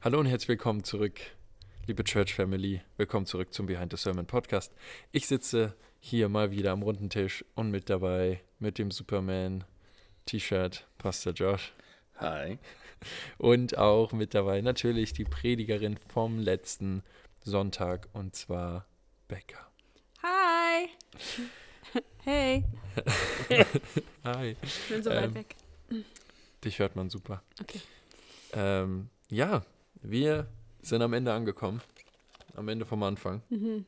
Hallo und herzlich willkommen zurück, liebe Church Family. Willkommen zurück zum Behind the Sermon Podcast. Ich sitze hier mal wieder am runden Tisch und mit dabei mit dem Superman-T-Shirt Pastor Josh. Hi. Und auch mit dabei natürlich die Predigerin vom letzten Sonntag und zwar Becca. Hi! Hey! Hi. Ich bin so weit weg. Dich hört man super. Okay. Ja, wir sind am Ende angekommen. Am Ende vom Anfang. Mhm.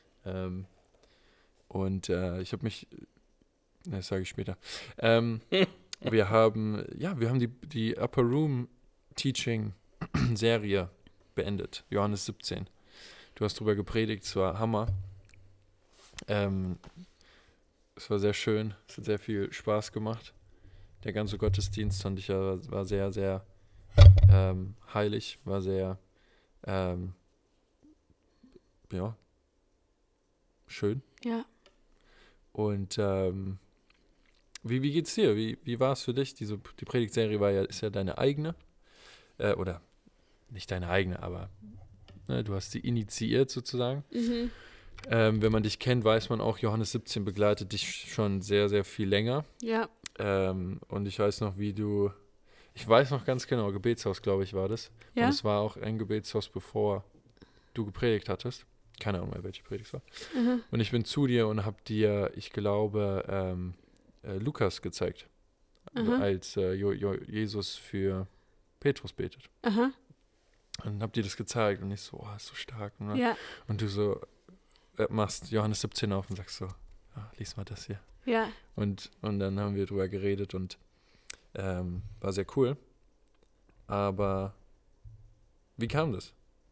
Ich habe mich, das sage ich später. Wir haben die Upper Room Teaching Serie beendet. Johannes 17. Du hast drüber gepredigt, es war Hammer. Es war sehr schön, es hat sehr viel Spaß gemacht. Der ganze Gottesdienst fand ich war sehr, sehr heilig, war sehr schön. Ja. Und wie geht's dir? Wie war es für dich? Die Predigtserie ist ja deine eigene. Oder nicht deine eigene, aber du hast sie initiiert sozusagen. Mhm. Wenn man dich kennt, weiß man auch, Johannes 17 begleitet dich schon sehr, sehr viel länger. Ja. Und ich weiß noch, ich weiß noch ganz genau, Gebetshaus, glaube ich, war das. Ja. Und es war auch ein Gebetshaus, bevor du gepredigt hattest. Keine Ahnung mehr, welche Predigt es war. Mhm. Und ich bin zu dir und habe dir, ich glaube, Lukas gezeigt, als Jesus für Petrus betet. Aha. Und hab dir das gezeigt und ich so, oh, ist so stark. Ne? Ja. Und du so machst Johannes 17 auf und sagst so, lies mal das hier. Ja. Und dann haben wir drüber geredet und war sehr cool. Aber wie kam das?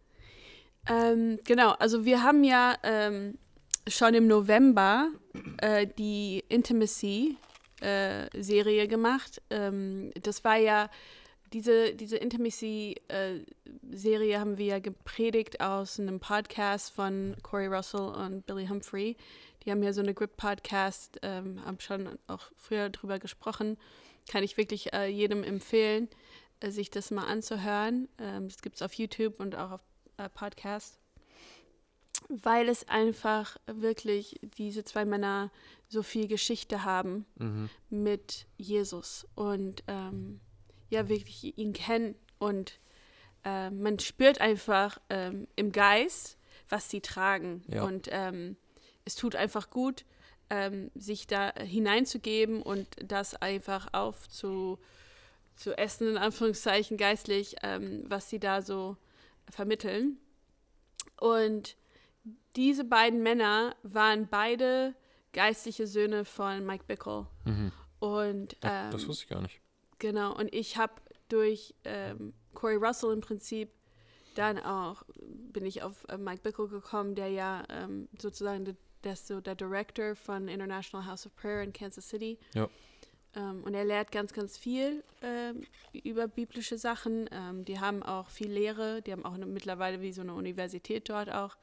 Genau, also wir haben ja schon im November die Intimacy-Serie gemacht. Das war ja, diese Intimacy-Serie haben wir ja gepredigt aus einem Podcast von Corey Russell und Billy Humphrey. Die haben ja so eine Grip-Podcast, haben schon auch früher drüber gesprochen. Kann ich wirklich jedem empfehlen, sich das mal anzuhören. Das gibt es auf YouTube und auch auf Podcast, weil es einfach wirklich diese zwei Männer so viel Geschichte haben mit Jesus und wirklich ihn kennen und man spürt einfach im Geist, was sie tragen und es tut einfach gut, sich da hineinzugeben und das einfach zu essen, in Anführungszeichen geistlich, was sie da so vermitteln. Und diese beiden Männer waren beide geistliche Söhne von Mike Bickle. Mhm. Und das wusste ich gar nicht. Genau, und ich habe durch Corey Russell im Prinzip dann auch, bin ich auf Mike Bickle gekommen, der ja sozusagen der ist so der Director von International House of Prayer in Kansas City. Ja. Und er lehrt ganz, ganz viel über biblische Sachen. Die haben auch viel Lehre. Die haben auch mittlerweile wie so eine Universität dort auch.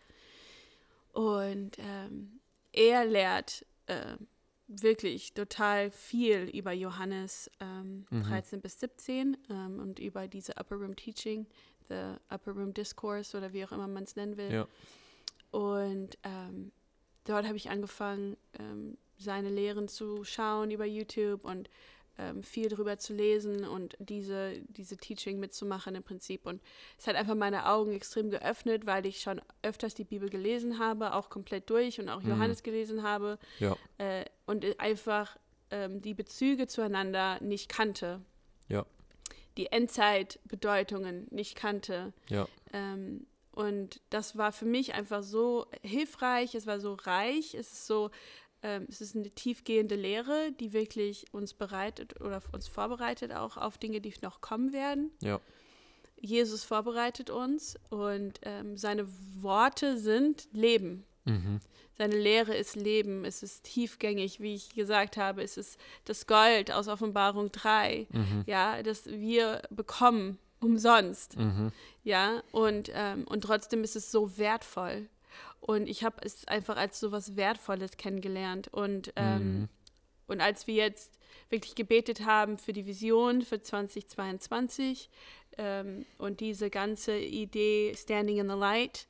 Und er lehrt wirklich total viel über Johannes 13 bis 17 und über diese Upper Room Teaching, the Upper Room Discourse oder wie auch immer man es nennen will. Ja. Und dort habe ich angefangen, seine Lehren zu schauen über YouTube und viel drüber zu lesen und diese Teaching mitzumachen im Prinzip. Und es hat einfach meine Augen extrem geöffnet, weil ich schon öfters die Bibel gelesen habe, auch komplett durch und auch Johannes gelesen habe. Ja. Und einfach die Bezüge zueinander nicht kannte. Ja. Die Endzeitbedeutungen nicht kannte. Ja. Und das war für mich einfach so hilfreich, es war so reich, es ist eine tiefgehende Lehre, die wirklich uns bereitet oder uns vorbereitet auch auf Dinge, die noch kommen werden. Ja. Jesus vorbereitet uns und seine Worte sind Leben. Mhm. Seine Lehre ist Leben, es ist tiefgängig, wie ich gesagt habe, es ist das Gold aus Offenbarung 3, das wir bekommen umsonst, und trotzdem ist es so wertvoll. Und ich habe es einfach als so was Wertvolles kennengelernt. Und Und als wir jetzt wirklich gebetet haben für die Vision für 2022 und diese ganze Idee Standing in the Light,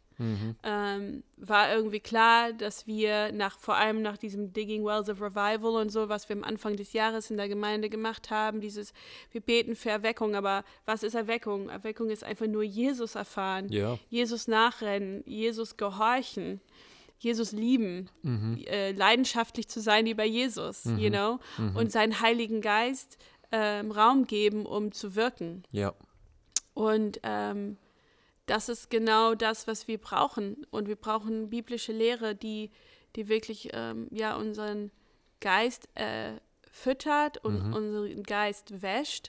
war irgendwie klar, dass wir vor allem nach diesem Digging Wells of Revival und so, was wir am Anfang des Jahres in der Gemeinde gemacht haben, wir beten für Erweckung, aber was ist Erweckung? Erweckung ist einfach nur Jesus erfahren, Jesus nachrennen, Jesus gehorchen, Jesus lieben, leidenschaftlich zu sein wie bei Jesus, you know, und seinen Heiligen Geist Raum geben, um zu wirken. Ja. Und das ist genau das, was wir brauchen. Und wir brauchen biblische Lehre, die wirklich unseren Geist füttert und unseren Geist wäscht.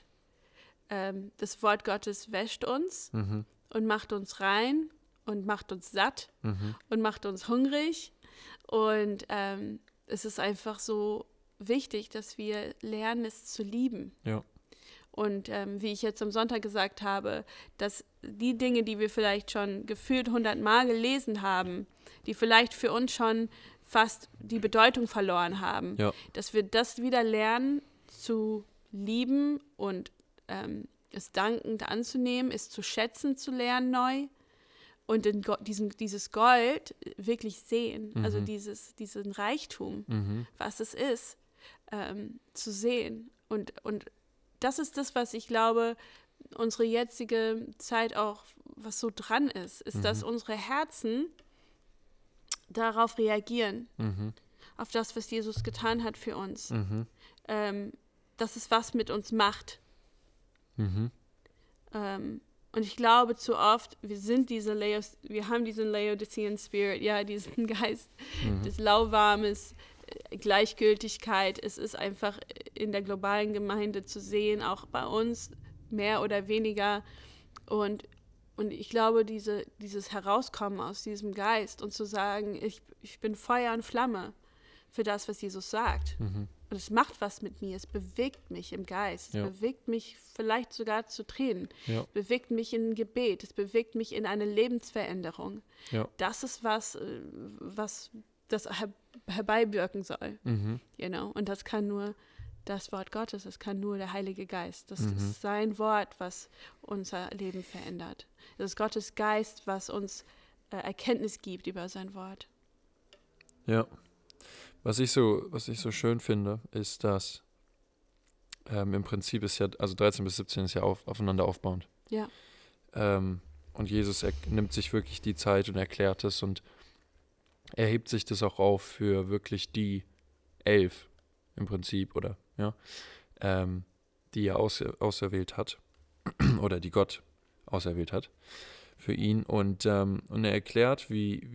Das Wort Gottes wäscht uns und macht uns rein und macht uns satt und macht uns hungrig. Und es ist einfach so wichtig, dass wir lernen, es zu lieben. Ja. Und wie ich jetzt am Sonntag gesagt habe, dass die Dinge, die wir vielleicht schon gefühlt 100 Mal gelesen haben, die vielleicht für uns schon fast die Bedeutung verloren haben, dass wir das wieder lernen zu lieben und es dankend anzunehmen, es zu schätzen zu lernen neu und dieses Gold wirklich sehen, also diesen Reichtum, was es ist, zu sehen. Und das ist das, was ich glaube, unsere jetzige Zeit auch, was so dran ist, dass unsere Herzen darauf reagieren, auf das, was Jesus getan hat für uns. Dass es was mit uns macht. Und ich glaube zu oft, wir haben diesen Laodicean Spirit, diesen Geist des Lauwarmes, Gleichgültigkeit. Es ist einfach in der globalen Gemeinde zu sehen, auch bei uns mehr oder weniger. Und ich glaube, dieses Herauskommen aus diesem Geist und zu sagen, ich bin Feuer und Flamme für das, was Jesus sagt. Und es macht was mit mir, es bewegt mich im Geist, es bewegt mich vielleicht sogar zu Tränen, es bewegt mich in ein Gebet, es bewegt mich in eine Lebensveränderung. Das ist was das herbeiwirken soll. You know? Und das kann nur das Wort Gottes, das kann nur der Heilige Geist. Das ist sein Wort, was unser Leben verändert. Das ist Gottes Geist, was uns Erkenntnis gibt über sein Wort. Ja. Was ich so schön finde, ist, dass im Prinzip ist also 13 bis 17 ist aufeinander aufbauend. Ja. Und Jesus nimmt sich wirklich die Zeit und erklärt es und er hebt sich das auch auf für wirklich die 11 im Prinzip, oder die er auserwählt hat oder die Gott auserwählt hat für ihn und er erklärt,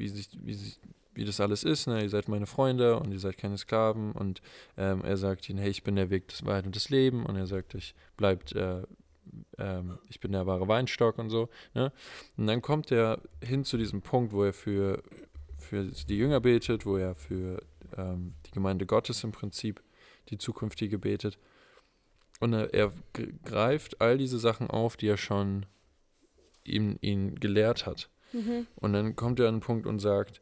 wie das alles ist, ne? Ihr seid meine Freunde und ihr seid keine Sklaven und er sagt ihnen, hey, ich bin der Weg, das Wahrheit und das Leben und er sagt, ich bin der wahre Weinstock und so, ne? Und dann kommt er hin zu diesem Punkt, wo er für die Jünger betet, wo er für die Gemeinde Gottes im Prinzip die zukünftige betet und er greift all diese Sachen auf, die er schon ihn gelehrt hat und dann kommt er an einen Punkt und sagt,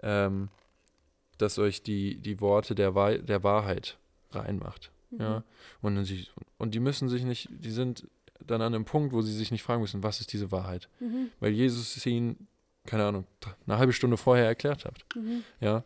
dass euch die Worte der Wahrheit reinmacht. Ja? Und die müssen sich nicht, die sind dann an einem Punkt, wo sie sich nicht fragen müssen, was ist diese Wahrheit? Weil Jesus es ihnen, keine Ahnung, eine halbe Stunde vorher erklärt hat. Ja?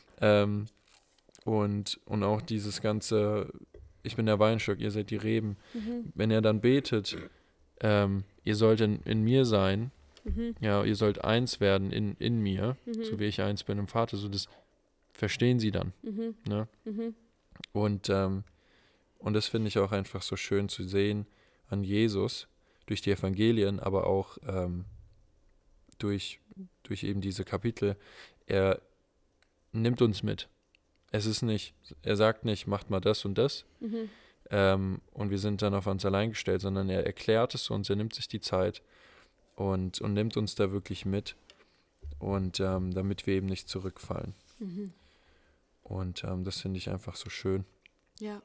Und auch dieses ganze, ich bin der Weinstock, ihr seid die Reben. Wenn er dann betet, ihr sollt in mir sein, ja, ihr sollt eins werden in mir, so wie ich eins bin im Vater, so das verstehen sie dann. Ne? Und das finde ich auch einfach so schön zu sehen an Jesus, durch die Evangelien, aber auch durch eben diese Kapitel. Er nimmt uns mit. Er sagt nicht, macht mal das und das und wir sind dann auf uns allein gestellt, sondern er erklärt es uns, er nimmt sich die Zeit und nimmt uns da wirklich mit und damit wir eben nicht zurückfallen. Und das finde ich einfach so schön. Ja.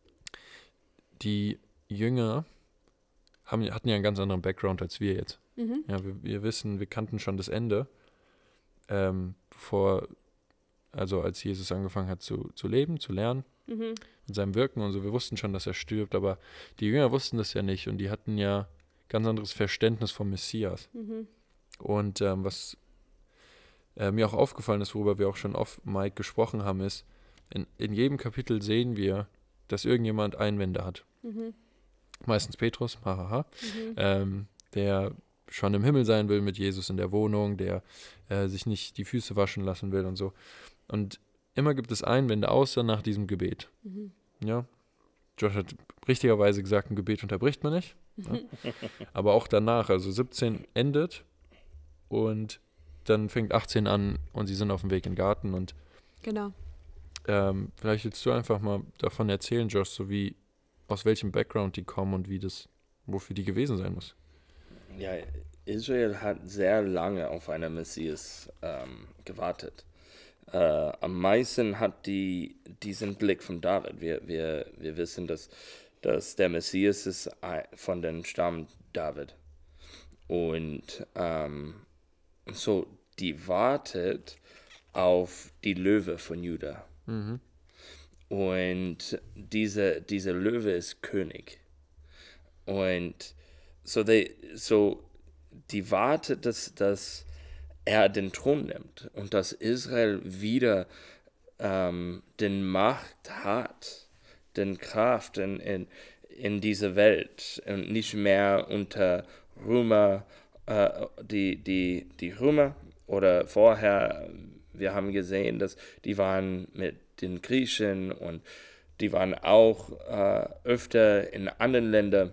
Die Jünger hatten ja einen ganz anderen Background als wir jetzt. Ja, wir wissen, wir kannten schon das Ende, als Jesus angefangen hat zu leben, zu lernen, mit seinem Wirken und so. Wir wussten schon, dass er stirbt, aber die Jünger wussten das ja nicht und die hatten ja ganz anderes Verständnis vom Messias. Und was mir auch aufgefallen ist, worüber wir auch schon oft Mike gesprochen haben, ist, in jedem Kapitel sehen wir, dass irgendjemand Einwände hat. Meistens Petrus, hahaha, der schon im Himmel sein will mit Jesus in der Wohnung, der sich nicht die Füße waschen lassen will und so. Und immer gibt es Einwände, außer nach diesem Gebet. Ja, Josh hat richtigerweise gesagt, ein Gebet unterbricht man nicht. Ja. Aber auch danach, also 17 endet und dann fängt 18 an und sie sind auf dem Weg in den Garten. Und Genau. vielleicht willst du einfach mal davon erzählen, Josh, so wie, aus welchem Background die kommen und wofür die gewesen sein muss. Ja, Israel hat sehr lange auf einen Messias gewartet. Am meisten hat diesen Blick von David. Wir wissen, dass der Messias ist von dem Stamm David. Und so, die wartet auf die Löwe von Juda. Und diese Löwe ist König. Und so die wartet, dass er den Thron nimmt und dass Israel wieder den Macht hat, den Kraft in dieser Welt und nicht mehr unter Römer, die Römer oder vorher, wir haben gesehen, dass die waren mit den Griechen und die waren auch öfter in anderen Ländern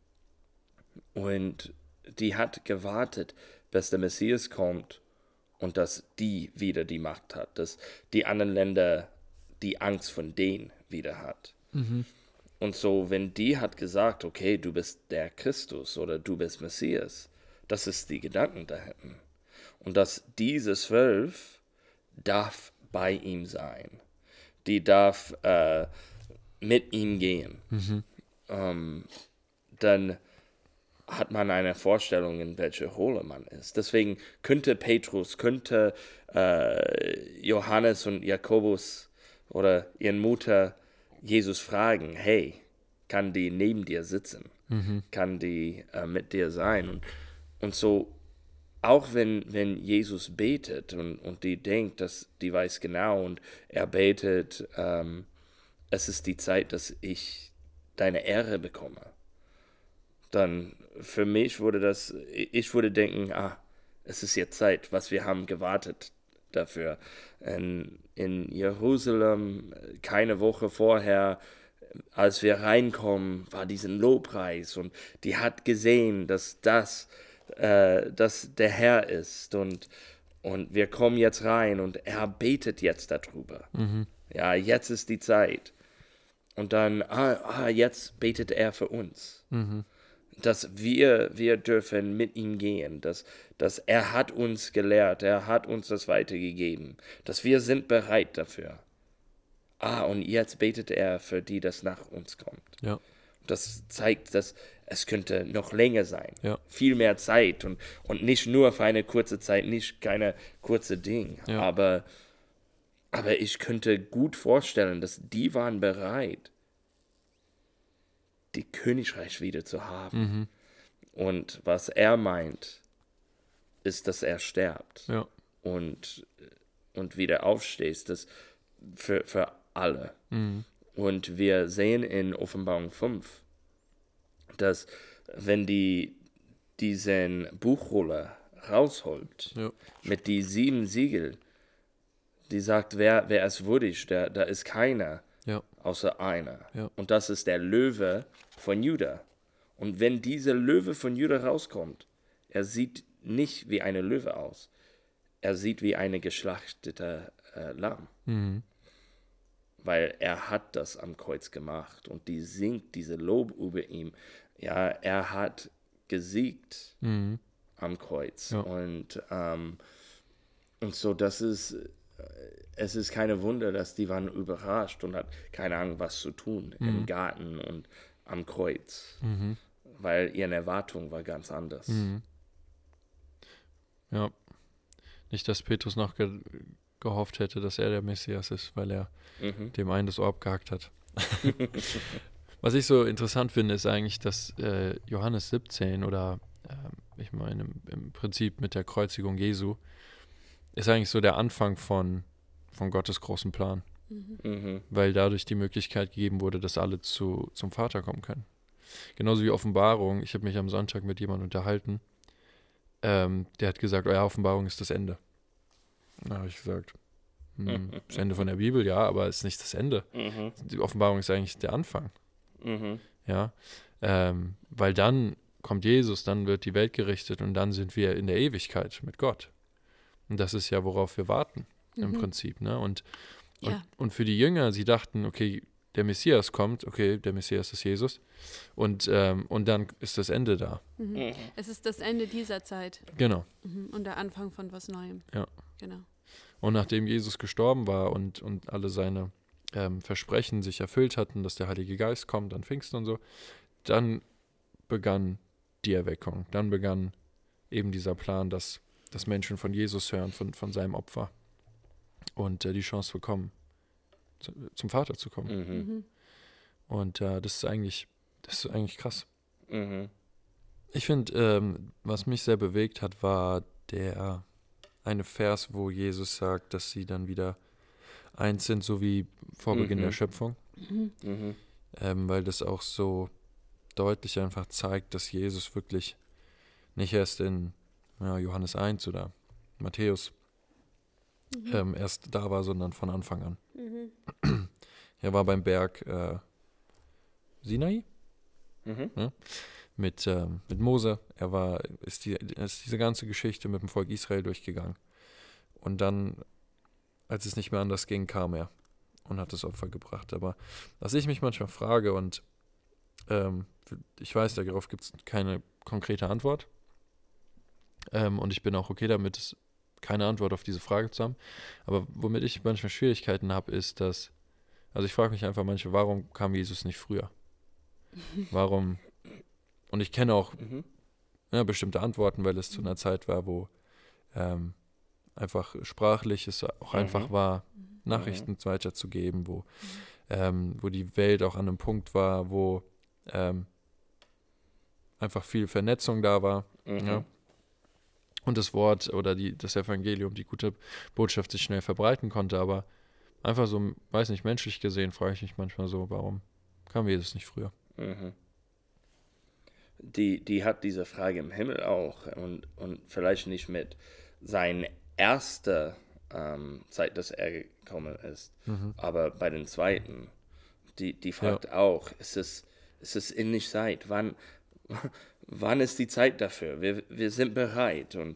und die hat gewartet, bis der Messias kommt und dass die wieder die Macht hat, dass die anderen Länder die Angst von denen wieder hat. Und so, wenn die hat gesagt, okay, du bist der Christus oder du bist Messias, das ist die Gedanken da hinten. Und dass diese 12 darf bei ihm sein. Die darf mit ihm gehen. Dann hat man eine Vorstellung, in welcher Rolle man ist. Deswegen könnte Petrus, Johannes und Jakobus oder ihren Mutter Jesus fragen, hey, kann die neben dir sitzen? Kann die mit dir sein? Und so, auch wenn Jesus betet und die denkt, dass die weiß genau und er betet, es ist die Zeit, dass ich deine Ehre bekomme, dann für mich ich würde denken, es ist jetzt Zeit, was wir haben gewartet dafür. In Jerusalem, keine Woche vorher, als wir reinkommen, war diesen Lobpreis und die hat gesehen, dass das der Herr ist und wir kommen jetzt rein und er betet jetzt darüber. Ja, jetzt ist die Zeit. Und dann, jetzt betet er für uns. Dass wir dürfen mit ihm gehen, dass er hat uns gelehrt, er hat uns das weitergegeben, dass wir sind bereit dafür. Und jetzt betet er für die, das nach uns kommt. Ja. Das zeigt, dass es könnte noch länger sein, Ja. viel mehr Zeit und nicht nur für eine kurze Zeit, nicht keine kurze Ding, Ja. aber ich könnte gut vorstellen, dass die waren bereit, die Königreich wieder zu haben. Und was er meint, ist, dass er stirbt Ja. und wieder aufsteht, das für alle. Und wir sehen in Offenbarung 5, dass wenn diesen Buchroller rausholt, Ja. mit die 7 Siegel, die sagt, wer ist würdig, da ist keiner, Ja. außer einer. Ja. Und das ist der Löwe von Juda. Und wenn dieser Löwe von Juda rauskommt, er sieht nicht wie eine Löwe aus. Er sieht wie eine geschlachtete Lamm. Weil er hat das am Kreuz gemacht und die singt diese Lob über ihm. Ja, er hat gesiegt am Kreuz. Ja. Und so, es ist keine Wunder, dass die waren überrascht und hat keine Ahnung, was zu tun im Garten und am Kreuz. Weil ihre Erwartung war ganz anders. Ja. Nicht, dass Petrus noch gehofft hätte, dass er der Messias ist, weil er dem einen das Ohr abgehackt hat. Was ich so interessant finde, ist eigentlich, dass Johannes 17 oder ich meine im Prinzip mit der Kreuzigung Jesu ist eigentlich so der Anfang von Gottes großen Plan. Weil dadurch die Möglichkeit gegeben wurde, dass alle zum Vater kommen können. Genauso wie Offenbarung. Ich habe mich am Sonntag mit jemandem unterhalten, der hat gesagt, ja, Offenbarung ist das Ende. Da habe ich gesagt, das Ende von der Bibel, ja, aber es ist nicht das Ende. Die Offenbarung ist eigentlich der Anfang. Ja, weil dann kommt Jesus, dann wird die Welt gerichtet und dann sind wir in der Ewigkeit mit Gott. Und das ist ja, worauf wir warten, im Prinzip. Ne? Und für die Jünger, sie dachten, okay, der Messias kommt, okay, der Messias ist Jesus und dann ist das Ende da. Es ist das Ende dieser Zeit. Genau. Und der Anfang von was Neuem. Ja. Genau. Und nachdem Jesus gestorben war und alle seine Versprechen sich erfüllt hatten, dass der Heilige Geist kommt an Pfingsten und so, dann begann die Erweckung. Dann begann eben dieser Plan, dass Menschen von Jesus hören, von seinem Opfer und die Chance bekommen, zum Vater zu kommen. Und das ist eigentlich krass. Ich finde, was mich sehr bewegt hat, war der eine Vers, wo Jesus sagt, dass sie dann wieder eins sind, so wie vor Beginn der Schöpfung. Weil das auch so deutlich einfach zeigt, dass Jesus wirklich nicht erst in Johannes 1 oder Matthäus erst da war, sondern von Anfang an. Er war beim Berg Sinai mit Mose. Ist diese ganze Geschichte mit dem Volk Israel durchgegangen. Und dann, als es nicht mehr anders ging, kam er und hat das Opfer gebracht. Aber was ich mich manchmal frage, und ich weiß, darauf gibt es keine konkrete Antwort. Und ich bin auch okay damit, keine Antwort auf diese Frage zu haben. Aber womit ich manchmal Schwierigkeiten habe, ist, dass, also ich frage mich einfach manchmal, warum kam Jesus nicht früher? Warum? Und ich kenne auch bestimmte Antworten, weil es zu einer Zeit war, wo einfach sprachlich es auch einfach war, Nachrichten weiterzugeben, wo die Welt auch an einem Punkt war, wo einfach viel Vernetzung da war. Ja? Und das Wort oder das Evangelium, die gute Botschaft sich schnell verbreiten konnte, aber einfach so, weiß nicht, menschlich gesehen, frage ich mich manchmal so, warum kam Jesus nicht früher? Die hat diese Frage im Himmel auch und vielleicht nicht mit seiner ersten Zeit, dass er gekommen ist, aber bei den zweiten, die fragt auch, ist es endlich Zeit? Wann ist die Zeit dafür? Wir sind bereit und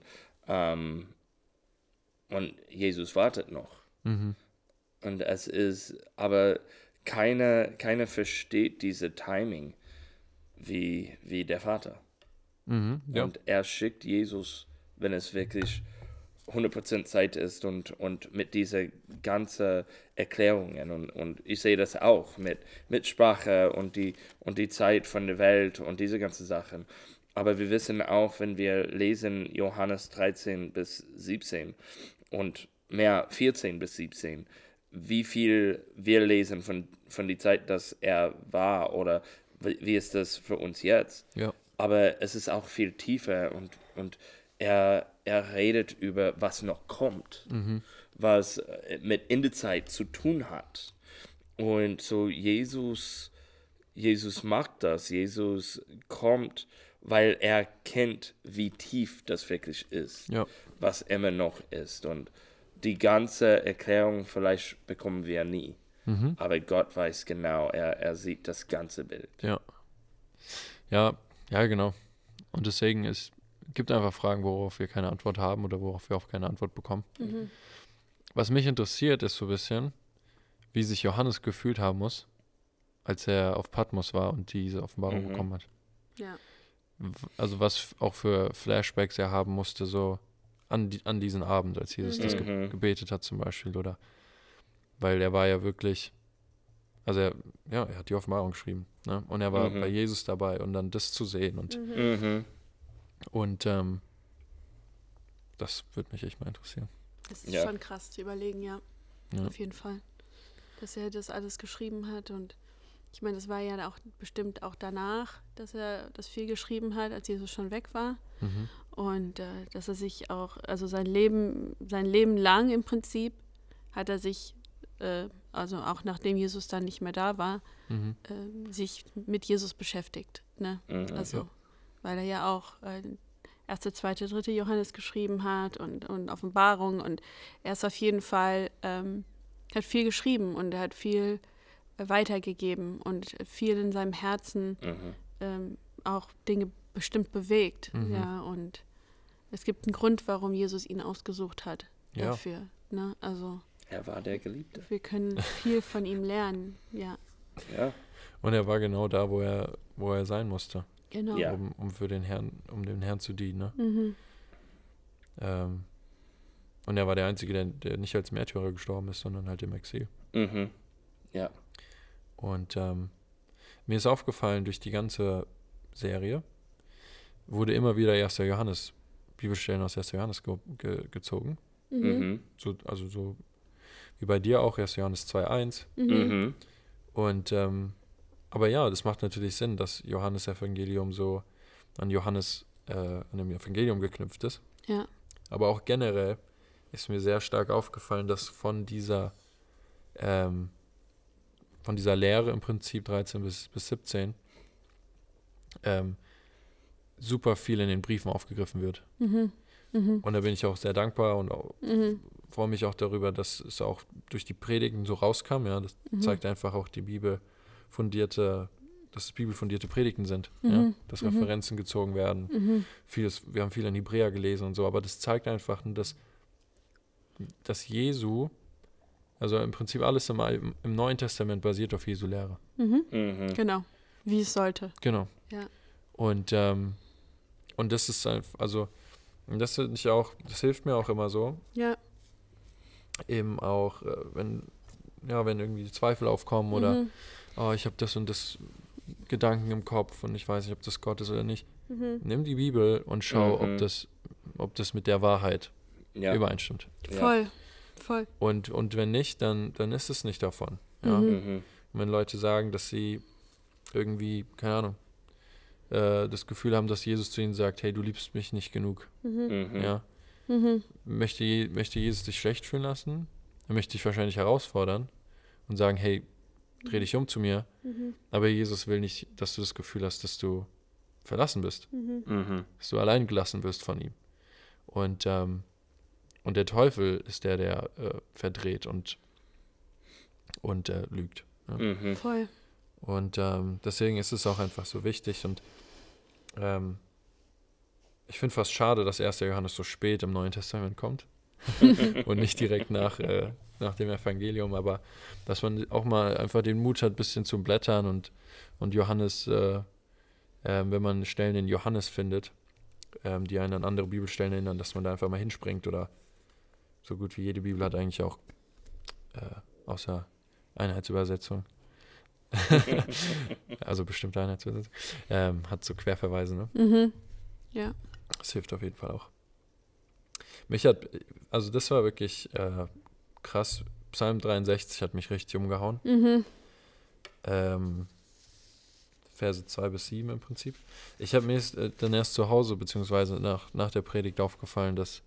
Jesus wartet noch. Und es ist, aber keiner versteht diese Timing wie der Vater. Und er schickt Jesus, wenn es wirklich 100% Zeit ist und mit dieser ganzen Erklärungen und ich sehe das auch mit Sprache und die Zeit von der Welt und diese ganzen Sachen. Aber wir wissen auch, wenn wir lesen Johannes 13 bis 17 und mehr 14 bis 17, wie viel wir lesen von der Zeit, dass er war oder wie ist das für uns jetzt. Ja. Aber es ist auch viel tiefer und er redet über, was noch kommt, was mit Endezeit zu tun hat. Und so Jesus macht das. Jesus kommt, weil er kennt, wie tief das wirklich ist, was immer noch ist. Und die ganze Erklärung vielleicht bekommen wir nie. Aber Gott weiß genau, er sieht das ganze Bild. Ja, genau. Und deswegen gibt einfach Fragen, worauf wir keine Antwort haben oder worauf wir auch keine Antwort bekommen. Was mich interessiert, ist so ein bisschen, wie sich Johannes gefühlt haben muss, als er auf Patmos war und diese Offenbarung bekommen hat. Ja. Also was auch für Flashbacks er haben musste, so an diesen Abend, als Jesus das gebetet hat zum Beispiel, oder weil er war ja wirklich, also er hat die Offenbarung geschrieben, ne? Und er war bei Jesus dabei und dann das zu sehen und das würde mich echt mal interessieren. Es ist schon krass zu überlegen, ja. Auf jeden Fall. Dass er das alles geschrieben hat und ich meine, das war ja auch bestimmt auch danach, dass er das viel geschrieben hat, als Jesus schon weg war. Und dass er sich auch, also sein Leben lang im Prinzip hat er sich, also auch nachdem Jesus dann nicht mehr da war, sich mit Jesus beschäftigt. Ne? Also, weil er ja auch 1., 2., 3. Johannes geschrieben hat und Offenbarung und er ist auf jeden Fall, hat viel geschrieben und er hat viel weitergegeben und viel in seinem Herzen auch Dinge bestimmt bewegt. Ja, und es gibt einen Grund, warum Jesus ihn ausgesucht hat dafür. Ne? Also er war der Geliebte. Wir können viel von ihm lernen, ja. Und er war genau da, wo er sein musste. Genau. Ja. Um dem Herrn zu dienen. Ne? Und er war der Einzige, der nicht als Märtyrer gestorben ist, sondern halt im Exil. Ja. Und mir ist aufgefallen, durch die ganze Serie wurde immer wieder 1. Johannes, Bibelstellen aus 1. Johannes gezogen. Also so wie bei dir auch, 1. Johannes 2,1. Und aber ja, das macht natürlich Sinn, dass Johannes Evangelium so an dem Evangelium geknüpft ist. Ja. Aber auch generell ist mir sehr stark aufgefallen, dass von dieser Lehre im Prinzip 13 bis 17 super viel in den Briefen aufgegriffen wird. Und da bin ich auch sehr dankbar und freue mich auch darüber, dass es auch durch die Predigten so rauskam. Ja, das zeigt einfach auch dass es bibelfundierte Predigten sind. Ja, dass Referenzen gezogen werden. Wir haben viel in Hebräer gelesen und so, aber das zeigt einfach, dass Jesu, also im Prinzip alles im Neuen Testament basiert auf Jesu Lehre. Genau, wie es sollte. Genau. Ja. Und das ist einfach, also das hilft mir auch immer so. Ja. Eben auch, wenn irgendwie Zweifel aufkommen oder ich habe das und das Gedanken im Kopf und ich weiß nicht, ob das Gott ist oder nicht. Nimm die Bibel und schau, ob das mit der Wahrheit übereinstimmt. Voll. Und wenn nicht, dann ist es nicht davon. Ja? Und wenn Leute sagen, dass sie irgendwie, keine Ahnung, das Gefühl haben, dass Jesus zu ihnen sagt, hey, du liebst mich nicht genug. Ja? Möchte Jesus dich schlecht fühlen lassen? Er möchte dich wahrscheinlich herausfordern und sagen, hey, dreh dich um zu mir. Aber Jesus will nicht, dass du das Gefühl hast, dass du verlassen bist. Dass du allein gelassen wirst von ihm. Und der Teufel ist der verdreht und lügt. Ja? Voll. Und deswegen ist es auch einfach so wichtig. Und ich finde fast schade, dass 1. Johannes so spät im Neuen Testament kommt und nicht direkt nach dem Evangelium, aber dass man auch mal einfach den Mut hat, ein bisschen zu blättern und Johannes, wenn man Stellen in Johannes findet, die einen an andere Bibelstellen erinnern, dass man da einfach mal hinspringt oder so gut wie jede Bibel hat eigentlich auch außer Einheitsübersetzung also bestimmte Einheitsübersetzung hat so Querverweise, ne? Ja. Das hilft auf jeden Fall auch. Also das war wirklich krass. Psalm 63 hat mich richtig umgehauen. Verse 2 bis 7 im Prinzip. Mir ist dann erst zu Hause, beziehungsweise nach der Predigt aufgefallen, dass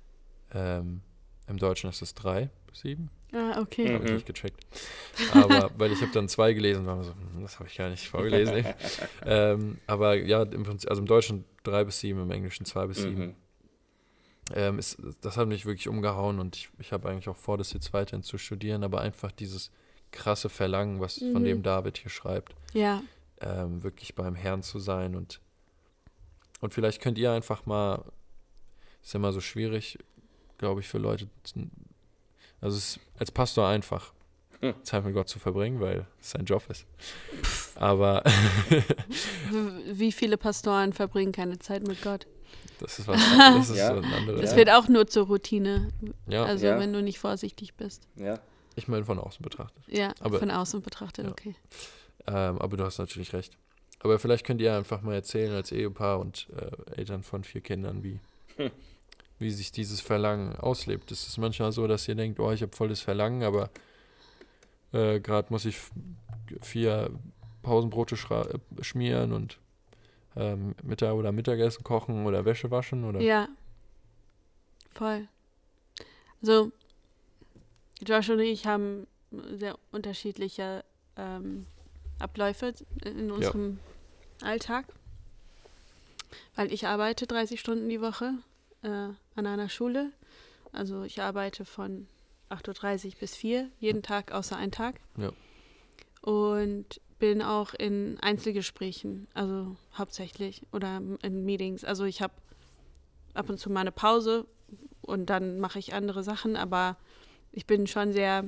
im Deutschen ist es 3 bis 7. Ah, okay. Habe ich nicht gecheckt. Aber weil ich habe dann 2 gelesen, war mir so, das habe ich gar nicht vorgelesen. Aber ja, im Prinzip, also im Deutschen 3 bis 7, im Englischen 2 bis 7. Das hat mich wirklich umgehauen und ich habe eigentlich auch vor, das jetzt weiterhin zu studieren, aber einfach dieses krasse Verlangen, was von dem David hier schreibt, wirklich beim Herrn zu sein und vielleicht könnt ihr einfach mal, ist ja immer so schwierig, glaube ich, für Leute, also es ist als Pastor einfach, Zeit mit Gott zu verbringen, weil es sein Job ist. Aber wie viele Pastoren verbringen keine Zeit mit Gott? Das ist so ein anderes. Das wird auch nur zur Routine. Ja. Also wenn du nicht vorsichtig bist. Ja. Ich meine von außen betrachtet. Ja, aber von außen betrachtet, okay. Aber du hast natürlich recht. Aber vielleicht könnt ihr einfach mal erzählen als Ehepaar und Eltern von 4 Kindern, wie sich dieses Verlangen auslebt. Es ist manchmal so, dass ihr denkt, oh, ich habe volles Verlangen, aber gerade muss ich 4 Pausenbrote schmieren und Mittag oder Mittagessen kochen oder Wäsche waschen oder. Ja, voll. Also, Josh und ich haben sehr unterschiedliche Abläufe in unserem Alltag, weil ich arbeite 30 Stunden die Woche an einer Schule. Also ich arbeite von 8:30 Uhr bis 4 jeden Tag außer einen Tag. Ja. Und bin auch in Einzelgesprächen, also hauptsächlich, oder in Meetings. Also ich habe ab und zu mal eine Pause und dann mache ich andere Sachen, aber ich bin schon sehr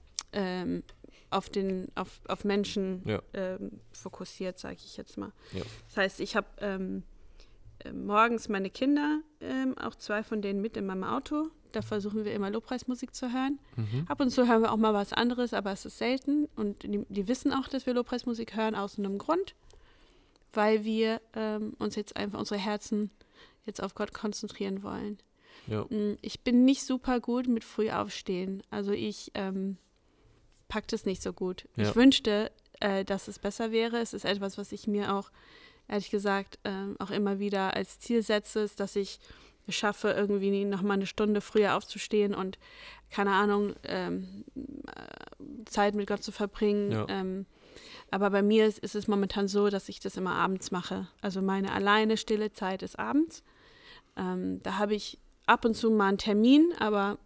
auf Menschen fokussiert, sage ich jetzt mal. Ja. Das heißt, ich habe morgens meine Kinder, auch 2 von denen mit in meinem Auto. Da versuchen wir immer Lobpreismusik zu hören. Ab und zu hören wir auch mal was anderes, aber es ist selten. Und die wissen auch, dass wir Lobpreismusik hören, aus einem Grund, weil wir uns jetzt einfach unsere Herzen jetzt auf Gott konzentrieren wollen. Ja. Ich bin nicht super gut mit früh aufstehen. Also ich packe das nicht so gut. Ja. Ich wünschte, dass es besser wäre. Es ist etwas, was ich mir auch, ehrlich gesagt, auch immer wieder als Ziel setze, ist, dass ich es schaffe, irgendwie noch mal eine Stunde früher aufzustehen und, keine Ahnung, Zeit mit Gott zu verbringen. Ja. Aber bei mir ist es momentan so, dass ich das immer abends mache. Also meine alleine stille Zeit ist abends. Da habe ich ab und zu mal einen Termin, aber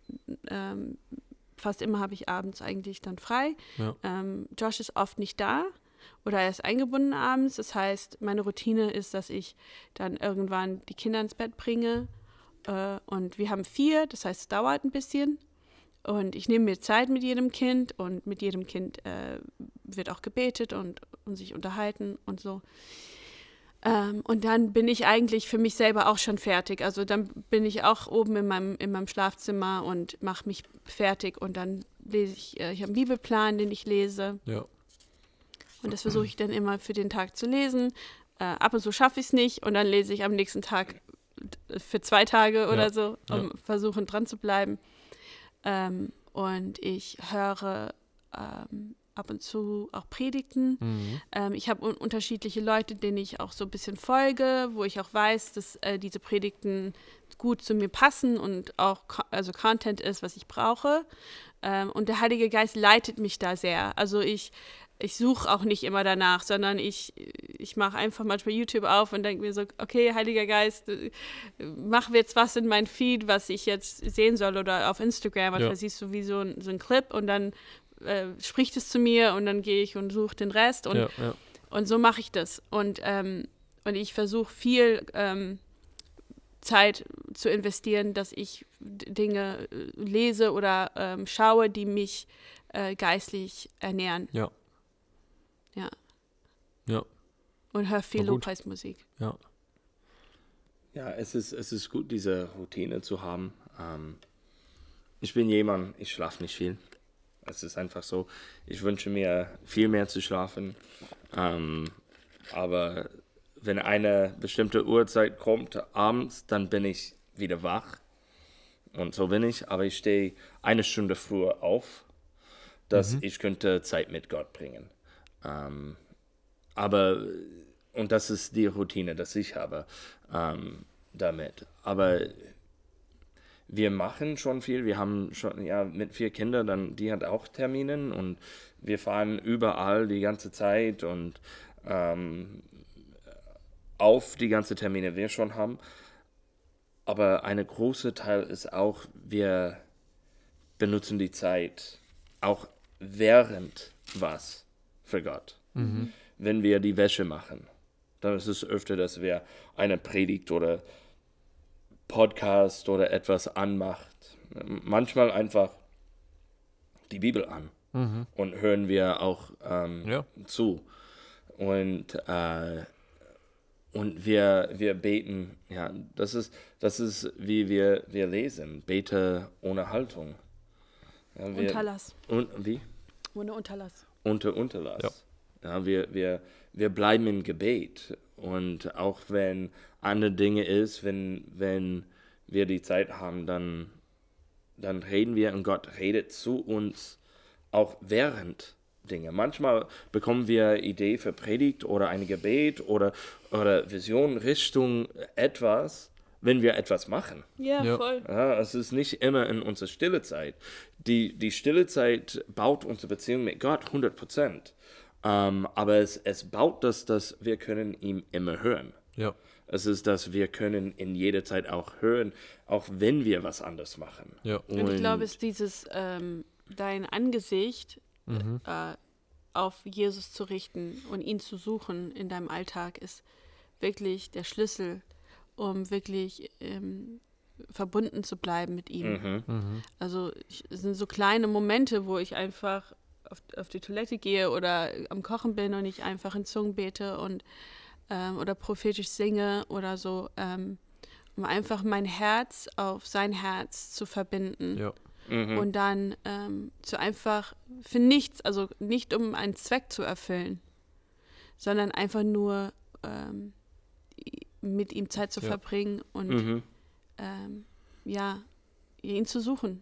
fast immer habe ich abends eigentlich dann frei. Ja. Josh ist oft nicht da oder er ist eingebunden abends. Das heißt, meine Routine ist, dass ich dann irgendwann die Kinder ins Bett bringe. Und wir haben 4, das heißt, es dauert ein bisschen. Und ich nehme mir Zeit mit jedem Kind und mit jedem Kind wird auch gebetet und sich unterhalten und so. Und dann bin ich eigentlich für mich selber auch schon fertig. Also dann bin ich auch oben in meinem Schlafzimmer und mache mich fertig und dann lese ich habe einen Bibelplan, den ich lese. Ja. Und das versuche ich dann immer für den Tag zu lesen. Ab und zu schaffe ich es nicht und dann lese ich am nächsten Tag für 2 Tage oder so, um versuchen dran zu bleiben. Und ich höre ab und zu auch Predigten. Ich habe unterschiedliche Leute, denen ich auch so ein bisschen folge, wo ich auch weiß, dass diese Predigten gut zu mir passen und auch Content ist, was ich brauche. Und der Heilige Geist leitet mich da sehr. Also ich suche auch nicht immer danach, sondern ich mache einfach manchmal YouTube auf und denke mir so, okay, Heiliger Geist, mach jetzt was in mein Feed, was ich jetzt sehen soll oder auf Instagram. Manchmal siehst du wie so ein Clip und dann spricht es zu mir und dann gehe ich und suche den Rest und so mache ich das. Und ich versuche viel Zeit zu investieren, dass ich Dinge lese oder schaue, die mich geistlich ernähren. Ja. Ja. Ja. Und höre viel Na gut. Lobpreismusik. Ja. Ja, es ist gut, diese Routine zu haben. Ich bin jemand, ich schlafe nicht viel. Es ist einfach so. Ich wünsche mir viel mehr zu schlafen. Aber wenn eine bestimmte Uhrzeit kommt, abends, dann bin ich wieder wach. Und so bin ich. Aber ich stehe 1 Stunde früher auf, dass ich könnte Zeit mit Gott bringen. Und das ist die Routine, die ich habe damit. Aber wir machen schon viel. Wir haben schon, mit 4 Kindern, dann, die hat auch Termine und wir fahren überall die ganze Zeit und auf die ganzen Termine wir schon haben. Aber ein großer Teil ist auch, wir benutzen die Zeit auch während was für Gott. Wenn wir die Wäsche machen, dann ist es öfter, dass wir eine Predigt oder Podcast oder etwas anmacht. Manchmal einfach die Bibel an und hören wir auch zu. Und wir beten, das ist wie wir lesen, bete ohne Haltung. Ja, Unterlass. Und wie? Ohne Unterlass. Unterlass. Ja, wir bleiben im Gebet. Und auch wenn andere Dinge ist, wenn wir die Zeit haben, dann reden wir und Gott redet zu uns auch während Dinge. Manchmal bekommen wir Idee für Predigt oder ein Gebet oder Vision Richtung etwas, wenn wir etwas machen. Ja, voll. Ja, es ist nicht immer in unserer stille Zeit. Die stille Zeit baut unsere Beziehung mit Gott 100%. Aber es baut das, dass wir können ihn immer hören. Ja. Es ist, dass wir können in jeder Zeit auch hören, auch wenn wir was anderes machen. Ja. Und ich glaube, es ist dieses, dein Angesicht auf Jesus zu richten und ihn zu suchen in deinem Alltag ist wirklich der Schlüssel, um wirklich verbunden zu bleiben mit ihm. Also es sind so kleine Momente, wo ich einfach auf die Toilette gehe oder am Kochen bin und ich einfach in Zungen bete und oder prophetisch singe oder so, um einfach mein Herz auf sein Herz zu verbinden. Ja. Und dann zu einfach für nichts, also nicht um einen Zweck zu erfüllen, sondern einfach nur mit ihm Zeit zu verbringen und ihn zu suchen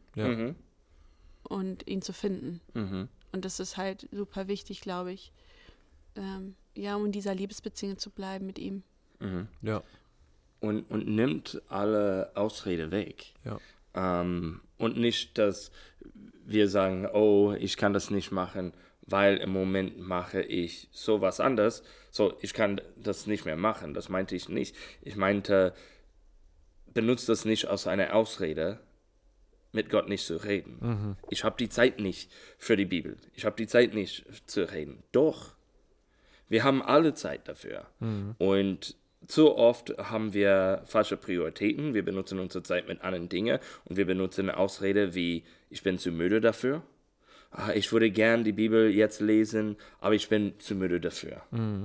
und ihn zu finden. Und das ist halt super wichtig, glaube ich, um in dieser Liebesbeziehung zu bleiben mit ihm. Ja. Und nimmt alle Ausrede weg. Ja. Und nicht, dass wir sagen, oh, ich kann das nicht machen, weil im Moment mache ich sowas anderes. So, ich kann das nicht mehr machen. Das meinte ich nicht. Ich meinte, benutzt das nicht als eine Ausrede, mit Gott nicht zu reden. Ich habe die Zeit nicht für die Bibel. Ich habe die Zeit nicht zu reden. Doch, wir haben alle Zeit dafür. Und zu oft haben wir falsche Prioritäten. Wir benutzen unsere Zeit mit anderen Dingen und wir benutzen eine Ausrede wie, ich bin zu müde dafür. Ich würde gern die Bibel jetzt lesen, aber ich bin zu müde dafür.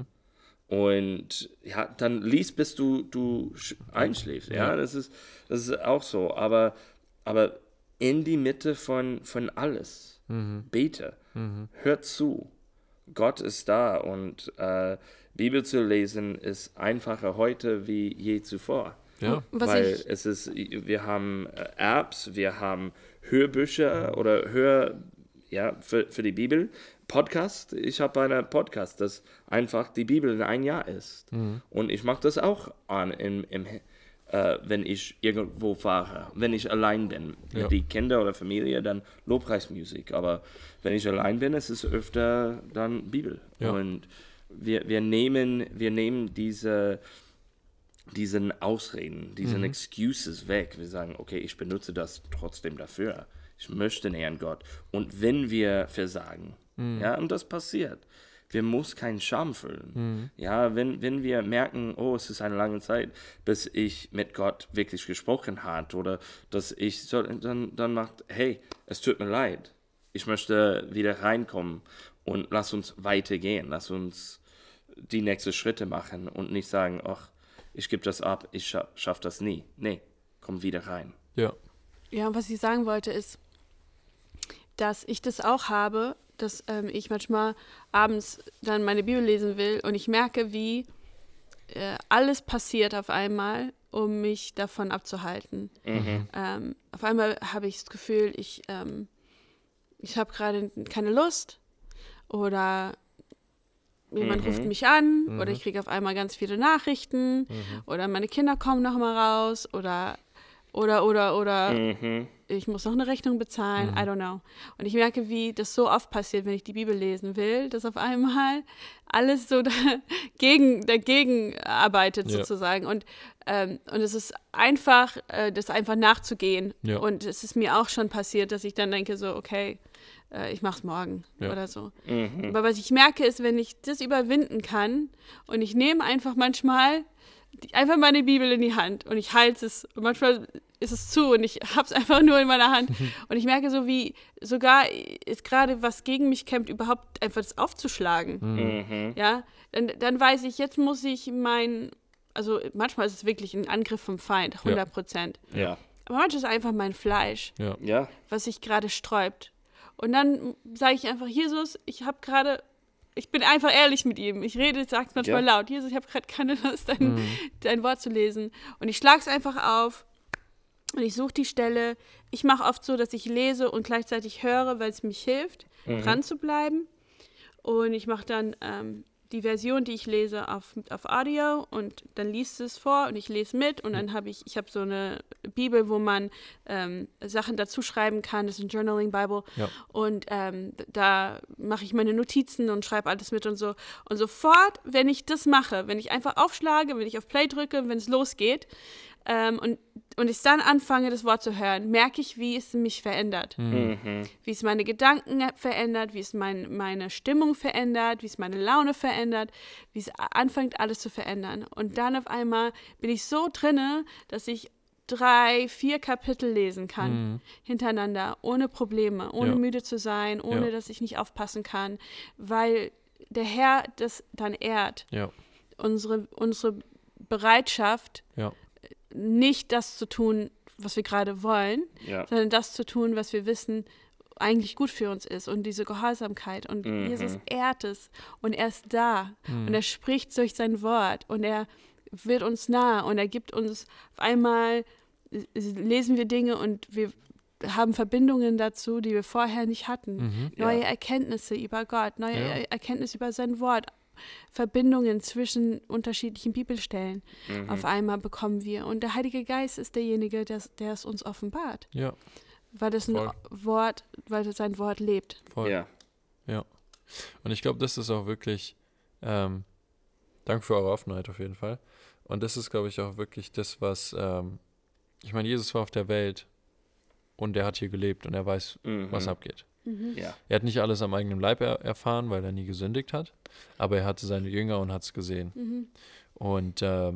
Und ja, dann lies, bis du einschläfst. Ja, das ist auch so. Aber in die Mitte von alles. Bete. Hör zu. Gott ist da und Bibel zu lesen ist einfacher heute wie je zuvor. Ja. Weil wir haben Apps, wir haben Hörbücher oder für die Bibel. Podcast, ich habe einen Podcast, das einfach die Bibel in ein Jahr ist. Und ich mache das auch an, wenn ich irgendwo fahre. Wenn ich allein bin, mit die Kinder oder Familie, dann Lobpreismusik. Aber wenn ich allein bin, ist es öfter dann Bibel. Ja. Und wir nehmen diesen Ausreden, diesen Excuses weg. Wir sagen, okay, ich benutze das trotzdem dafür. Ich möchte näher an Gott. Und wenn wir versagen, und das passiert, wir müssen keinen Scham fühlen. Ja, wenn wir merken, oh, es ist eine lange Zeit, bis ich mit Gott wirklich gesprochen habe oder dass ich dann macht, hey, es tut mir leid. Ich möchte wieder reinkommen und lass uns weitergehen. Lass uns die nächsten Schritte machen und nicht sagen, ach, ich gebe das ab, ich schaff das nie. Nee, komm wieder rein. Ja. Ja, und was ich sagen wollte ist, dass ich das auch habe, dass ich manchmal abends dann meine Bibel lesen will und ich merke, wie alles passiert auf einmal, um mich davon abzuhalten. Auf einmal habe ich das Gefühl, ich habe gerade keine Lust oder jemand ruft mich an oder ich kriege auf einmal ganz viele Nachrichten oder meine Kinder kommen noch mal raus oder ich muss noch eine Rechnung bezahlen, I don't know. Und ich merke, wie das so oft passiert, wenn ich die Bibel lesen will, dass auf einmal alles so dagegen arbeitet sozusagen. Und es ist einfach, das einfach nachzugehen. Ja. Und es ist mir auch schon passiert, dass ich dann denke so, okay, ich mach's morgen oder so. Aber was ich merke ist, wenn ich das überwinden kann und ich nehme einfach manchmal einfach meine Bibel in die Hand und ich halte es und manchmal ist es zu und ich habe es einfach nur in meiner Hand und ich merke so, wie sogar ist gerade was gegen mich kämpft, überhaupt einfach das aufzuschlagen. Ja, dann weiß ich, jetzt muss ich also manchmal ist es wirklich ein Angriff vom Feind, 100%. Ja. Aber manchmal ist es einfach mein Fleisch, ja. Was sich gerade sträubt. Und dann sage ich einfach, Jesus, ich bin einfach ehrlich mit ihm. Ich sage es manchmal laut. Jesus, ich habe gerade keine Lust, dein Wort zu lesen. Und ich schlage es einfach auf und ich suche die Stelle. Ich mache oft so, dass ich lese und gleichzeitig höre, weil es mich hilft, dran zu bleiben. Und ich mache dann die Version, die ich lese, auf Audio und dann liest es vor und ich lese mit und dann habe ich so eine Bibel, wo man Sachen dazu schreiben kann, das ist ein Journaling-Bible und da mache ich meine Notizen und schreibe alles mit und so. Und sofort, wenn ich das mache, wenn ich einfach aufschlage, wenn ich auf Play drücke, wenn es losgeht und ich dann anfange, das Wort zu hören, merke ich, wie es mich verändert. Wie es meine Gedanken verändert, wie es meine Stimmung verändert, wie es meine Laune verändert, wie es anfängt, alles zu verändern. Und dann auf einmal bin ich so drinne, dass ich 3, 4 Kapitel lesen kann, hintereinander, ohne Probleme, ohne müde zu sein, ohne dass ich nicht aufpassen kann, weil der Herr das dann ehrt. Ja. Unsere Bereitschaft, nicht das zu tun, was wir gerade wollen, sondern das zu tun, was wir wissen, eigentlich gut für uns ist und diese Gehorsamkeit. Und Jesus ehrt es und er ist da und er spricht durch sein Wort und er wird uns nah und er gibt uns auf einmal, lesen wir Dinge und wir haben Verbindungen dazu, die wir vorher nicht hatten. Neue Erkenntnisse über Gott, neue Erkenntnisse über sein Wort, Verbindungen zwischen unterschiedlichen Bibelstellen auf einmal bekommen wir. Und der Heilige Geist ist derjenige, der es uns offenbart. Ja. Weil das sein Wort lebt. Voll. Ja. Und ich glaube, das ist auch wirklich, danke für eure Offenheit auf jeden Fall. Und das ist, glaube ich, auch wirklich das, was, ich meine, Jesus war auf der Welt und er hat hier gelebt und er weiß, was abgeht. Ja. Er hat nicht alles am eigenen Leib erfahren, weil er nie gesündigt hat, aber er hatte seine Jünger und hat es gesehen. Und er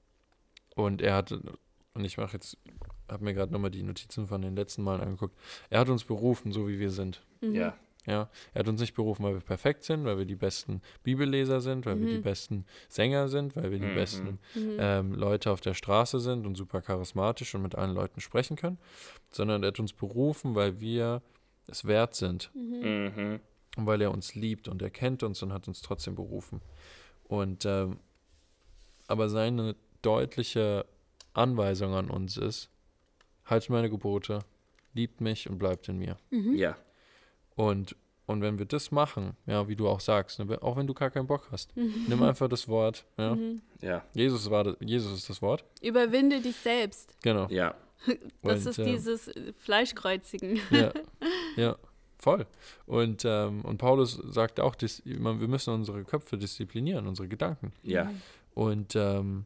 hatte, und ich habe mir gerade nochmal die Notizen von den letzten Malen angeguckt, er hat uns berufen, so wie wir sind. Ja. Ja, er hat uns nicht berufen, weil wir perfekt sind, weil wir die besten Bibelleser sind, weil wir die besten Sänger sind, weil wir die besten Leute auf der Straße sind und super charismatisch und mit allen Leuten sprechen können, sondern er hat uns berufen, weil wir es wert sind und weil er uns liebt und er kennt uns und hat uns trotzdem berufen. Und aber seine deutliche Anweisung an uns ist, haltet meine Gebote, liebt mich und bleibt in mir. Ja. Und wenn wir das machen, ja, wie du auch sagst, ne, auch wenn du gar keinen Bock hast, nimm einfach das Wort. Ja. Ja. Jesus ist das Wort. Überwinde dich selbst. Genau. Ja. Das ist dieses Fleischkreuzigen. Ja, voll. Und Paulus sagt auch, wir müssen unsere Köpfe disziplinieren, unsere Gedanken. Ja. Und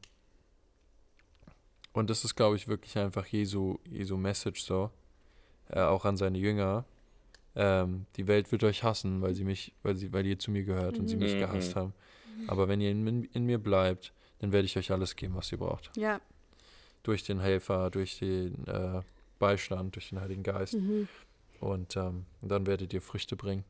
das ist, glaube ich, wirklich einfach Jesu Message so, auch an seine Jünger. Die Welt wird euch hassen, weil ihr zu mir gehört und sie mich gehasst haben. Aber wenn ihr in mir bleibt, dann werde ich euch alles geben, was ihr braucht. Ja. Durch den Helfer, durch den Beistand, durch den Heiligen Geist. Und dann werdet ihr Früchte bringen.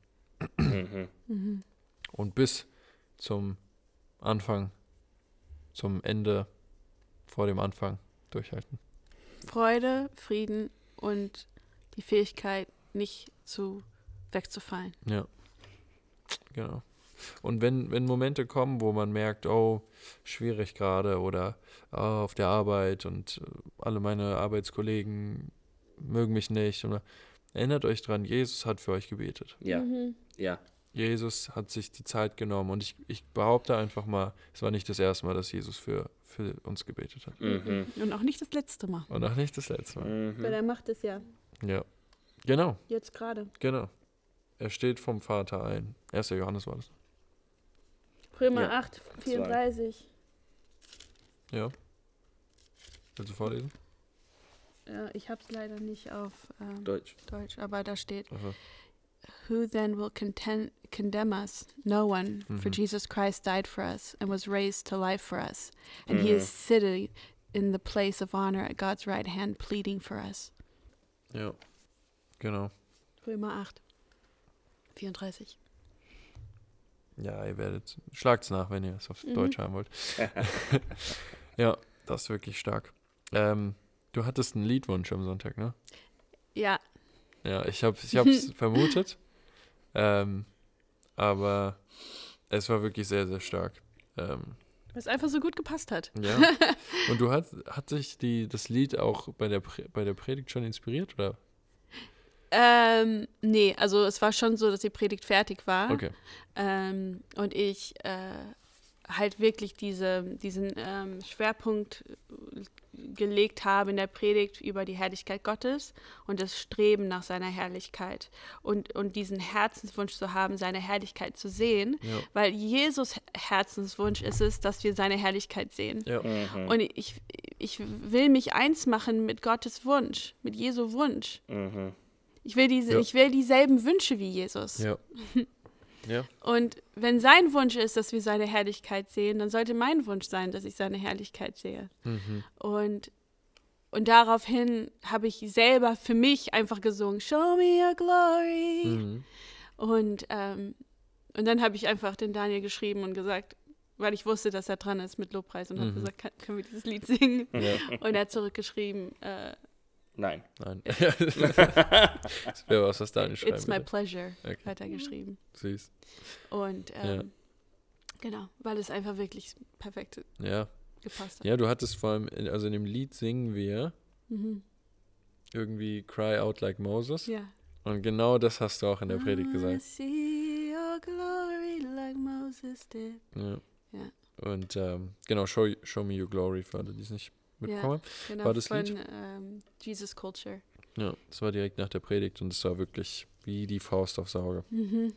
Und bis zum Anfang, zum Ende, vor dem Anfang durchhalten. Freude, Frieden und die Fähigkeit, nicht wegzufallen. Ja, genau. Und wenn Momente kommen, wo man merkt, oh, schwierig gerade oder auf der Arbeit und alle meine Arbeitskollegen mögen mich nicht, oder, erinnert euch dran, Jesus hat für euch gebetet. Ja. Ja. Jesus hat sich die Zeit genommen und ich behaupte einfach mal, es war nicht das erste Mal, dass Jesus für uns gebetet hat. Und auch nicht das letzte Mal. Und auch nicht das letzte Mal. Weil er macht es ja. Ja, genau. Jetzt gerade. Genau. Er steht vom Vater ein. 1. Johannes war das. Römer 8, 34. Ja. Willst du vorlesen? Ja, ich habe es leider nicht auf Deutsch, aber da steht: Also, Who then will condemn us? No one, for Jesus Christ died for us and was raised to life for us. And he is sitting in the place of honor at God's right hand, pleading for us. ja, genau. Römer 8, 34. Ja, schlagt's nach, wenn ihr es auf Deutsch haben wollt. Ja, das ist wirklich stark. Du hattest einen Liedwunsch am Sonntag, ne? Ja. Ja, ich hab's vermutet, aber es war wirklich sehr, sehr stark. Was einfach so gut gepasst hat. Ja. Und hat sich das Lied auch bei der Predigt schon inspiriert, oder? Nee, also es war schon so, dass die Predigt fertig war. Okay. Und ich halt wirklich diesen Schwerpunkt gelegt habe in der Predigt über die Herrlichkeit Gottes und das Streben nach seiner Herrlichkeit und diesen Herzenswunsch zu haben, seine Herrlichkeit zu sehen, weil Jesus Herzenswunsch ist es, dass wir seine Herrlichkeit sehen. Ja. Und ich will mich eins machen mit Gottes Wunsch, mit Jesu Wunsch. Ich will dieselben Wünsche wie Jesus. Ja. Ja. Und wenn sein Wunsch ist, dass wir seine Herrlichkeit sehen, dann sollte mein Wunsch sein, dass ich seine Herrlichkeit sehe. Und daraufhin habe ich selber für mich einfach gesungen, Show me your glory. Und dann habe ich einfach den Daniel geschrieben und gesagt, weil ich wusste, dass er dran ist mit Lobpreis und habe gesagt, können wir dieses Lied singen? Ja. Und er hat zurückgeschrieben, Nein. Das wäre was Daniel schreiben It's my würde. pleasure, Okay. hat er geschrieben. Süß. Und genau, weil es einfach wirklich perfekt gepasst hat. Ja, du hattest vor allem, in dem Lied singen wir irgendwie Cry Out Like Moses. Ja. Und genau das hast du auch in der Predigt I gesagt. see your glory like Moses did. Ja. Ja. Und genau, show Me Your Glory, für alle, die es nicht mitbekommen haben. Genau, War das von Lied? Jesus Culture. Ja, das war direkt nach der Predigt und es war wirklich wie die Faust aufs Auge. Und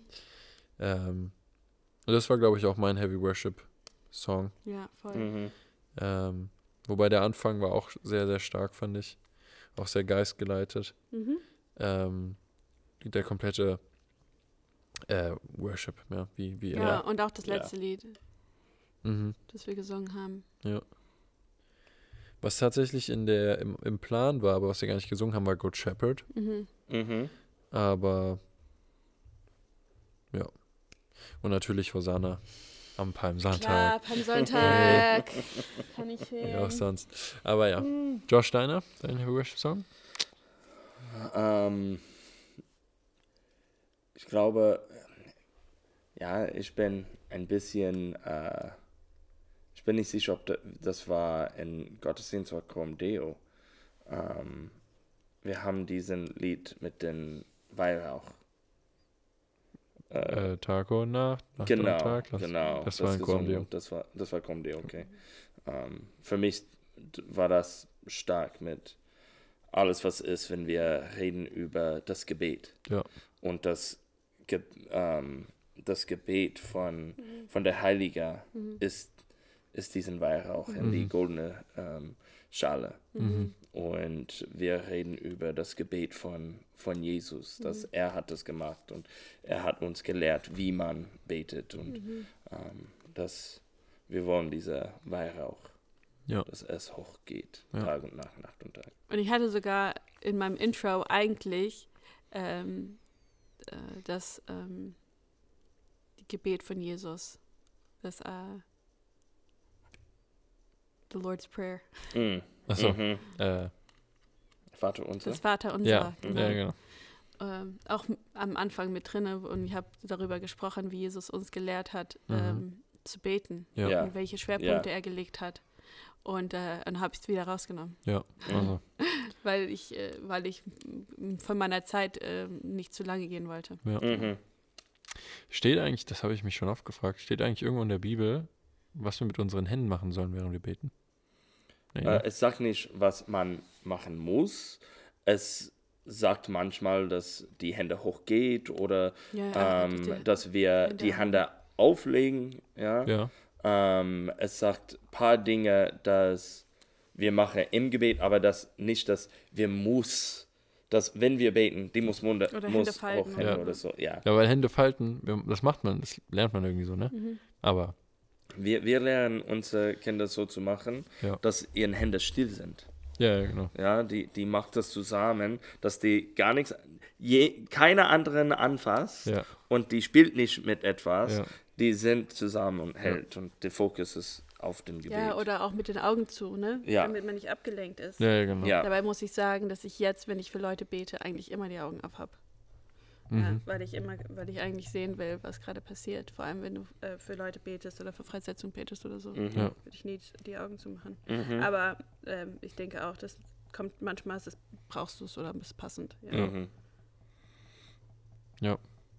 das war, glaube ich, auch mein Heavy Worship Song. Ja, voll. Wobei der Anfang war auch sehr, sehr stark, fand ich. Auch sehr geistgeleitet. Der komplette Worship, ja, wie Ja, immer. und auch das letzte Lied, Mhm. das wir gesungen haben. Ja. Was tatsächlich im Plan war, aber was wir gar nicht gesungen haben, war Good Shepherd. Aber ja. Und natürlich Hosanna am Palmsonntag. Klar, Palmsonntag. Kann ich sehen. Ja, auch sonst. Aber ja. Josh Steiner, dein Heavy Worship Song? Ich glaube, ja, ich bin ein bisschen, ich bin nicht sicher, ob das war in Gottesdienst oder Coram Deo. Wir haben diesen Lied mit dem Weihrauch. Tag und Nacht, Nacht Genau, und Tag. genau. Das war ein Coram Deo. Das war Coram Deo, okay. Für mich war das stark mit alles, was ist, wenn wir reden über das Gebet. Ja. Und das Gebet von der Heiliger ist diesen Weihrauch in die goldene Schale. Und wir reden über das Gebet von Jesus, dass er hat das gemacht und er hat uns gelehrt, wie man betet und dass wir wollen dieser Weihrauch, dass es hochgeht, Tag und Nacht, Nacht und Tag. Und ich hatte sogar in meinem Intro eigentlich das Gebet von Jesus, das The Lord's Prayer. Achso. Vater unser? Das Vaterunser. Ja, Genau. ja, genau. Auch am Anfang mit drin und ich habe darüber gesprochen, wie Jesus uns gelehrt hat, zu beten Ja. und welche Schwerpunkte er gelegt hat. Und dann habe ich es wieder rausgenommen, Ja, also. weil ich von meiner Zeit nicht zu lange gehen wollte. Ja. Steht eigentlich, das habe ich mich schon oft gefragt, steht eigentlich irgendwo in der Bibel, was wir mit unseren Händen machen sollen, während wir beten? Nee, ne? Es sagt nicht, was man machen muss. Es sagt manchmal, dass die Hände hochgeht oder dass wir die Hände auflegen. Ja. Es sagt ein paar Dinge, dass wir machen im Gebet, aber das nicht, dass wir muss, dass wenn wir beten, die muss Munde Oder muss Hände falten hochhängen oder oder so. Ja. Ja, weil Hände falten, das macht man, das lernt man irgendwie so, ne? Aber Wir lernen unsere Kinder so zu machen, dass ihre Hände still sind. ja, genau. Ja, die macht das zusammen, dass die gar nichts, keine anderen anfasst und die spielt nicht mit etwas, die sind zusammen und hält und der Fokus ist auf dem Gebet. Ja, oder auch mit den Augen zu, ne? Ja. Damit man nicht abgelenkt ist. Ja, genau. Ja. Dabei muss ich sagen, dass ich jetzt, wenn ich für Leute bete, eigentlich immer die Augen auf habe. Ja, weil ich eigentlich sehen will, was gerade passiert. Vor allem, wenn du für Leute betest oder für Freisetzung betest oder so, würde ich nie die Augen zumachen. Aber ich denke auch, das kommt manchmal, brauchst du es oder ist passend. Ja. Ja.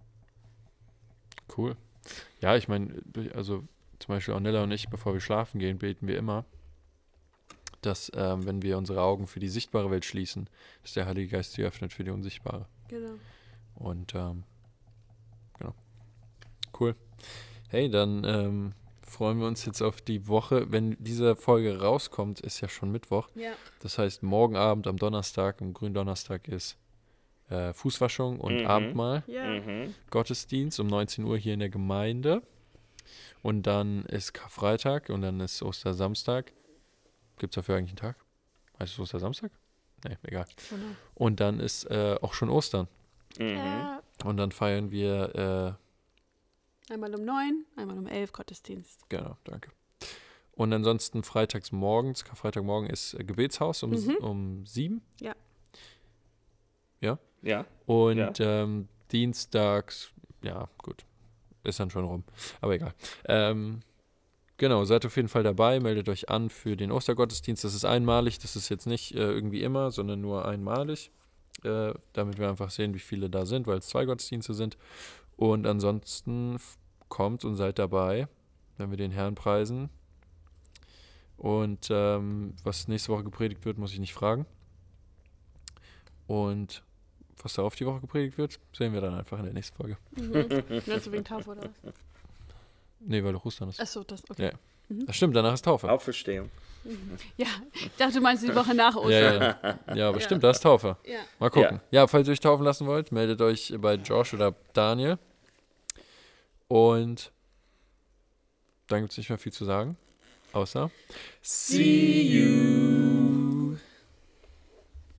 Cool. Ja, ich meine, also zum Beispiel Ornella und ich, bevor wir schlafen gehen, beten wir immer, dass wenn wir unsere Augen für die sichtbare Welt schließen, dass der Heilige Geist sie öffnet für die unsichtbare. Genau. Und genau. Cool. Hey, dann freuen wir uns jetzt auf die Woche. Wenn diese Folge rauskommt, ist ja schon Mittwoch. Ja. Das heißt, morgen Abend am Donnerstag, am Gründonnerstag ist Fußwaschung und Abendmahl. Ja. Gottesdienst um 19 Uhr hier in der Gemeinde. Und dann ist Karfreitag und dann ist Ostersamstag. Gibt es dafür eigentlich einen Tag? Heißt es Ostersamstag? Nee, egal. Genau. Und dann ist auch schon Ostern. Ja. Und dann feiern wir, Einmal um 9, einmal um 11 Gottesdienst. genau, danke. Und ansonsten Karfreitagmorgen ist Gebetshaus um 7. Ja. Ja? Ja. Und dienstags, ja, gut, ist dann schon rum. Aber egal. Genau, seid auf jeden Fall dabei, meldet euch an für den Ostergottesdienst. Das ist einmalig, das ist jetzt nicht irgendwie immer, sondern nur einmalig, damit wir einfach sehen, wie viele da sind, weil es 2 Gottesdienste sind. Und ansonsten kommt und seid dabei, wenn wir den Herrn preisen. Und was nächste Woche gepredigt wird, muss ich nicht fragen. Und was darauf die Woche gepredigt wird, sehen wir dann einfach in der nächsten Folge. Meinst du wegen Taufe oder was? Nee, weil doch Ostern ist. Achso, das, okay. Ja. Das stimmt, danach ist Taufe. Auferstehung. Ja, ich dachte, du meinst die Woche nach Ostern. Ja, aber stimmt, da ist Taufe. Ja. Mal gucken. Ja, falls ihr euch taufen lassen wollt, meldet euch bei Josh oder Daniel. Und dann gibt es nicht mehr viel zu sagen. Außer See you.